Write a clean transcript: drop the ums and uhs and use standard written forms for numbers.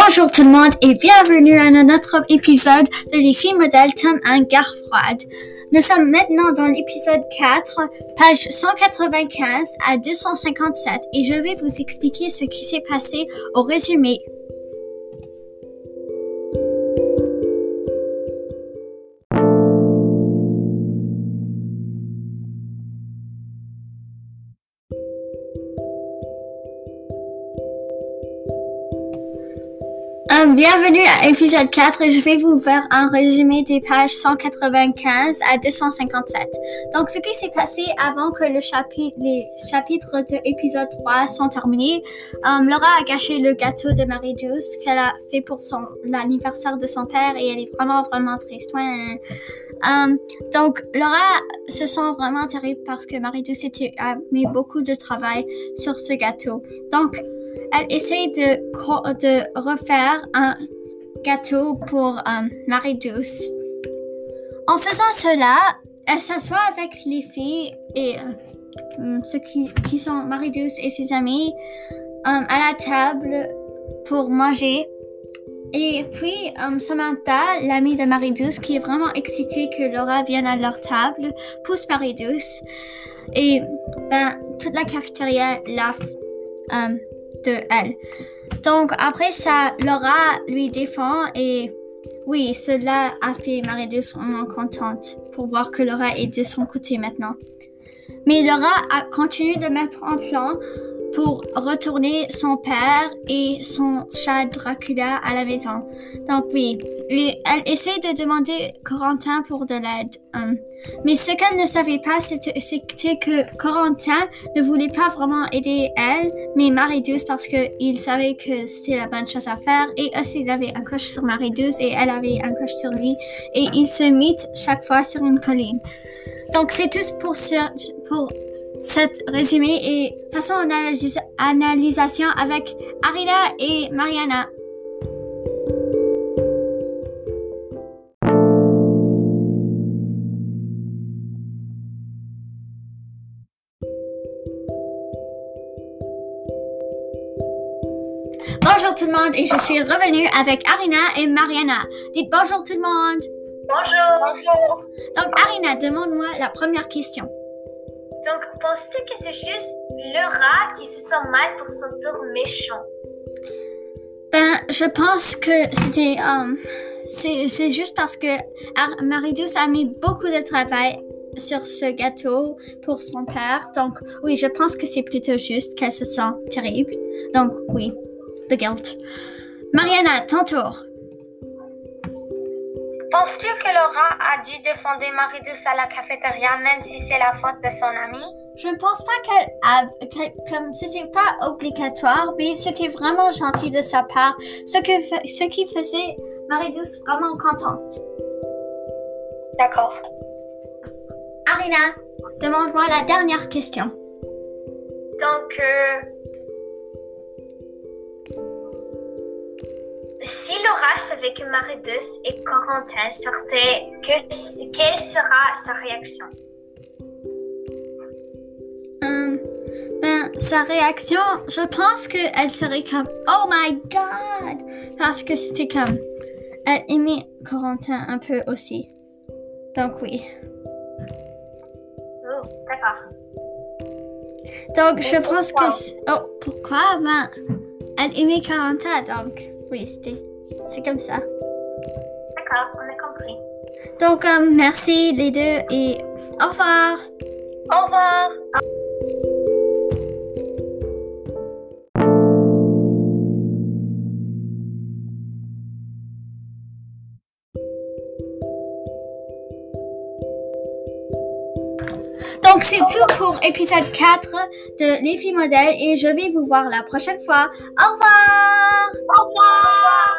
Bonjour tout le monde et bienvenue à un autre épisode de Les filles modèles tome 1 Guerre froide. Nous sommes maintenant dans l'épisode 4, page 195 à 257 et je vais vous expliquer ce qui s'est passé au résumé. Bienvenue à l'épisode 4 et je vais vous faire un résumé des pages 195 à 257. Donc, ce qui s'est passé avant que les chapitres de l'épisode 3 sont terminés, Laura a gâché le gâteau de Marie-Douce qu'elle a fait pour l'anniversaire de son père et elle est vraiment triste. Donc, Laura se sent vraiment terrible parce que Marie-Douce a mis beaucoup de travail sur ce gâteau. Donc, elle essaie de refaire un gâteau pour Marie-Douce. En faisant cela, elle s'assoit avec les filles et ceux qui sont Marie-Douce et ses amis à la table pour manger. Et puis, Samantha, l'amie de Marie-Douce, qui est vraiment excitée que Laura vienne à leur table, pousse Marie-Douce. Et toute la cafétéria lave de elle. Donc, après ça, Laura lui défend et oui, cela a fait Marie-Douce vraiment contente pour voir que Laura est de son côté maintenant. Mais Laura a continué de mettre en plan pour retourner son père et son chat Dracula à la maison. Donc oui, elle essaie de demander Corentin pour de l'aide. Mais ce qu'elle ne savait pas, c'était que Corentin ne voulait pas vraiment aider elle, mais Marie-Douce parce qu'il savait que c'était la bonne chose à faire. Et aussi, il avait un crush sur Marie-Douce et elle avait un crush sur lui. Et ils se mettent chaque fois sur une colline. Donc c'est tout pour cet résumé et passons à l'analysation avec Arina et Mariana. Bonjour tout le monde et je suis revenue avec Arina et Mariana. Dites bonjour tout le monde. Bonjour. Donc Arina, demande-moi la première question. Donc, penses-tu que c'est juste le rat qui se sent mal pour son tour méchant? Je pense que c'est juste parce que Marie-Douce a mis beaucoup de travail sur ce gâteau pour son père. Donc, oui, je pense que c'est plutôt juste qu'elle se sent terrible. Donc, oui, the guilt. Mariana, ton tour. Penses-tu que Laura a dû défendre Marie-Douce à la cafétéria même si c'est la faute de son amie? Je ne pense pas comme c'était pas obligatoire, mais c'était vraiment gentil de sa part, ce qui faisait Marie-Douce vraiment contente. D'accord. Arina, demande-moi la dernière question. Donc, si Laura savait que Marie-Douce et Corentin sortaient, quelle sera sa réaction? Sa réaction, je pense qu'elle serait comme « Oh my God !» parce que c'était comme... Elle aimait Corentin un peu aussi. Donc oui. Oh, d'accord. Donc je pense que... Oh, pourquoi? Elle aimait Corentin, donc oui, c'est comme ça. D'accord, on a compris. Donc merci les deux et au revoir. Au revoir. Donc, c'est tout pour épisode 4 de Les filles modèles et je vais vous voir la prochaine fois. Au revoir! Au revoir!